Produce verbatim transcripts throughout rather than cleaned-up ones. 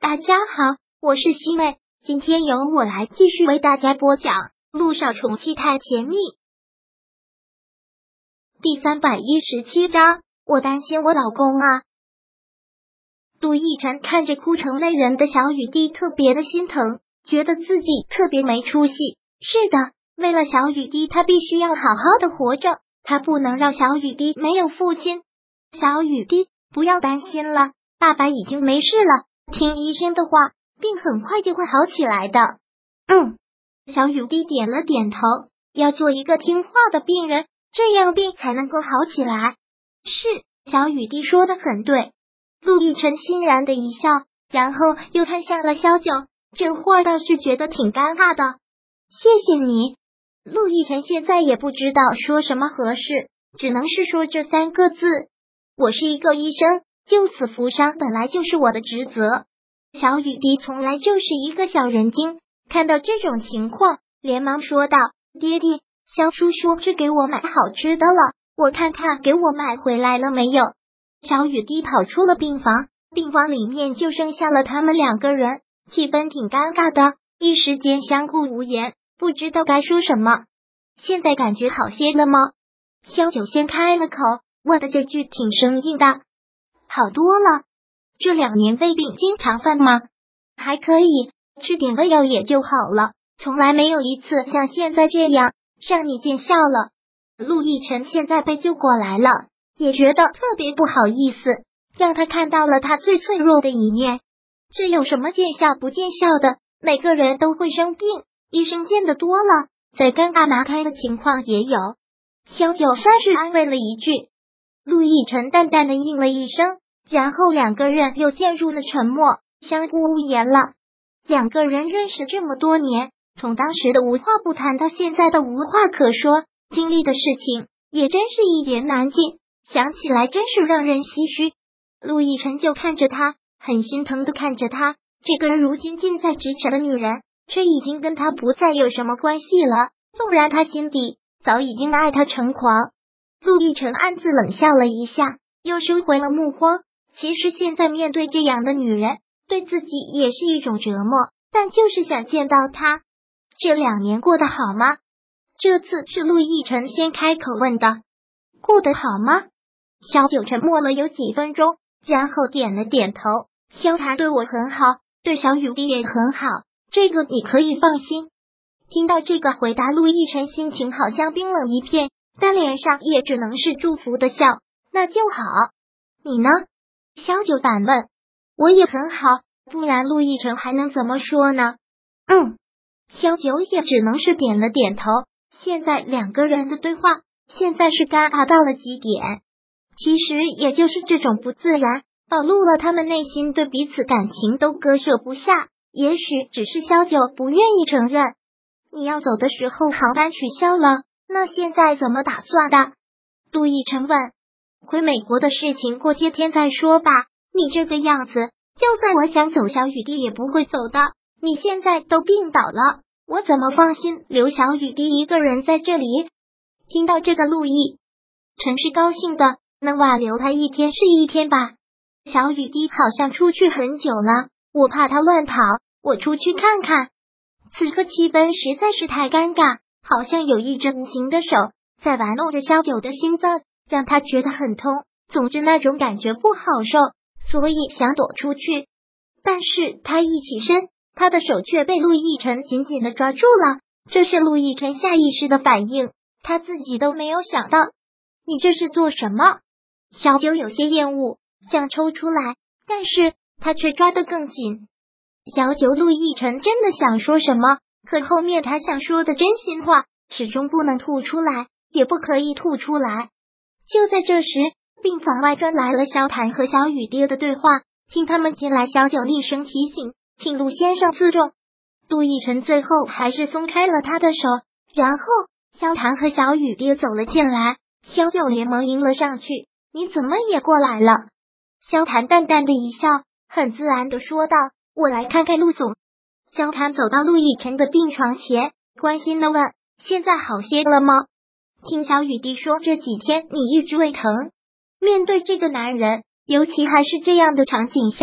大家好，我是西妹，今天由我来继续为大家播讲《陆少宠妻太甜蜜》第三百一十七章。我担心我老公啊。陆亦辰看着哭成泪人的小雨滴，特别的心疼，觉得自己特别没出息。是的，为了小雨滴，他必须要好好的活着，他不能让小雨滴没有父亲。小雨滴，不要担心了，爸爸已经没事了，听医生的话，病很快就会好起来的。嗯，小雨滴点了点头，要做一个听话的病人，这样病才能够好起来。是，小雨滴说的很对。陆亦辰欣然的一笑，然后又看向了萧九，这会儿倒是觉得挺尴尬的。谢谢你。陆亦辰现在也不知道说什么合适，只能是说这三个字。我是一个医生，救死扶伤本来就是我的职责。小雨滴从来就是一个小人精，看到这种情况，连忙说道：爹爹，萧叔叔是给我买好吃的了，我看看给我买回来了没有。小雨滴跑出了病房，病房里面就剩下了他们两个人，气氛挺尴尬的，一时间相顾无言，不知道该说什么。现在感觉好些了吗？萧九先开了口，问的这句挺生硬的。好多了。这两年胃病经常犯吗？还可以，吃点胃药也就好了，从来没有一次像现在这样让你见笑了。陆亦辰现在被救过来了，也觉得特别不好意思，让他看到了他最脆弱的一面。这有什么见笑不见笑的？每个人都会生病，医生见得多了，再尴尬难堪的情况也有。萧九算是安慰了一句，陆亦辰淡淡的应了一声，然后两个人又陷入了沉默，相顾无言了。两个人认识这么多年，从当时的无话不谈到现在的无话可说，经历的事情也真是一言难尽，想起来真是让人唏嘘。陆亦辰就看着他，很心疼的看着他，这个如今近在咫尺的女人，却已经跟他不再有什么关系了，纵然他心底早已经爱他成狂。陆亦辰暗自冷笑了一下，又收回了目光。其实现在面对这样的女人，对自己也是一种折磨，但就是想见到她。这两年过得好吗？这次是陆亦辰先开口问的。过得好吗？萧九沉默了有几分钟，然后点了点头。萧谈对我很好，对小雨滴也很好，这个你可以放心。听到这个回答，陆亦辰心情好像冰冷一片，但脸上也只能是祝福的笑。那就好。你呢？萧九反问。我也很好，不然陆亦辰还能怎么说呢？嗯，萧九也只能是点了点头。现在两个人的对话，现在是尴尬到了极点。其实也就是这种不自然，暴露了他们内心对彼此感情都割舍不下，也许只是萧九不愿意承认。你要走的时候航班取消了，那现在怎么打算的？陆亦辰问。回美国的事情过些天再说吧，你这个样子，就算我想走，小雨滴也不会走的。你现在都病倒了，我怎么放心留小雨滴一个人在这里？听到这个，陆亦辰是高兴的，能挽留他一天是一天吧。小雨滴好像出去很久了，我怕他乱跑，我出去看看。此刻气氛实在是太尴尬，好像有一只无形的手在玩弄着萧九的心脏，让他觉得很痛，总之那种感觉不好受，所以想躲出去。但是他一起身，他的手却被陆亦辰紧紧的抓住了，这是陆亦辰下意识的反应，他自己都没有想到。你这是做什么？小九有些厌恶，想抽出来，但是他却抓得更紧。小九陆亦辰真的想说什么，可后面他想说的真心话始终不能吐出来，也不可以吐出来。就在这时，病房外传来了萧谈和小雨滴的对话，听他们进来，小九厉声提醒，请陆先生自重。陆亦辰最后还是松开了他的手，然后萧谈和小雨滴走了进来，萧九连忙迎了上去。你怎么也过来了？萧谈淡淡的一笑，很自然的说道，我来看看陆总。萧谈走到陆亦辰的病床前，关心的问，现在好些了吗？听小雨滴说这几天你一直胃疼。面对这个男人，尤其还是这样的场景下，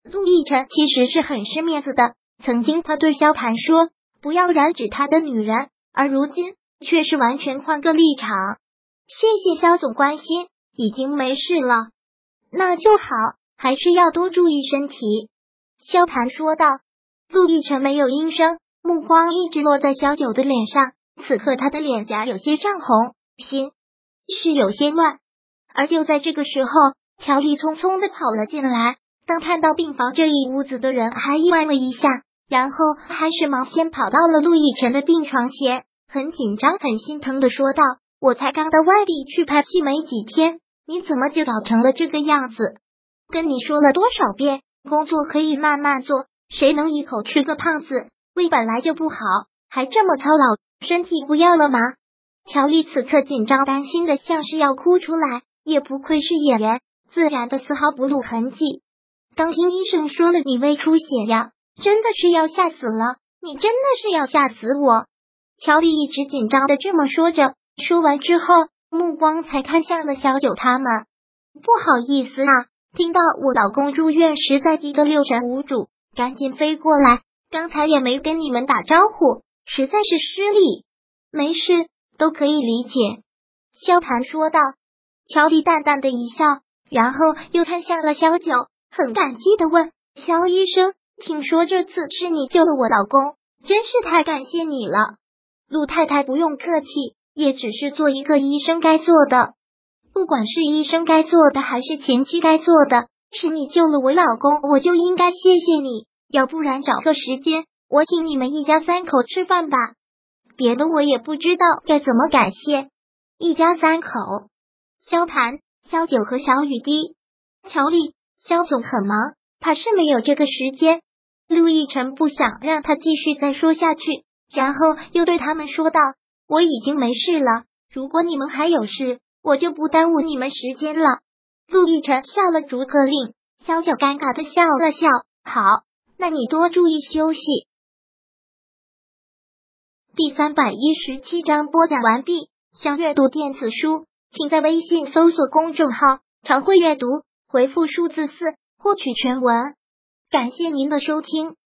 陆亦辰其实是很失面子的，曾经他对萧谈说不要染指他的女人，而如今却是完全换个立场。谢谢萧总关心，已经没事了。那就好，还是要多注意身体。萧谈说道。陆亦辰没有应声，目光一直落在萧九的脸上，此刻他的脸颊有些涨红，心是有些乱。而就在这个时候，乔丽匆匆的跑了进来，当看到病房这一屋子的人，还意外了一下，然后还是忙先跑到了陆亦辰的病床前，很紧张很心疼的说道，我才刚到外地去拍戏没几天，你怎么就搞成了这个样子？跟你说了多少遍，工作可以慢慢做，谁能一口吃个胖子？胃本来就不好，还这么操劳，身体不要了吗？乔丽此刻紧张担心的像是要哭出来，也不愧是演员，自然的丝毫不露痕迹。刚听医生说了你胃出血呀，真的是要吓死了，你真的是要吓死我。乔丽一直紧张的这么说着，说完之后，目光才看向了小九他们。不好意思啊，听到我老公住院，实在急得六神无主，赶紧飞过来，刚才也没跟你们打招呼，实在是失礼。没事，都可以理解。萧谈说道。乔丽淡淡的一笑，然后又看向了萧九，很感激的问，萧医生，听说这次是你救了我老公，真是太感谢你了。陆太太不用客气，也只是做一个医生该做的，不管是医生该做的还是前妻该做的，是你救了我老公，我就应该谢谢你，要不然找个时间我请你们一家三口吃饭吧，别的我也不知道该怎么感谢。一家三口，萧谈、萧九和小雨滴。乔丽，萧总很忙，他是没有这个时间。陆亦辰不想让他继续再说下去，然后又对他们说道，我已经没事了，如果你们还有事，我就不耽误你们时间了。陆亦辰下了逐客令，萧九尴尬的笑了笑，好，那你多注意休息。第三百一十七章播讲完毕。想阅读电子书，请在微信搜索公众号常会阅读，回复数字四获取全文。感谢您的收听。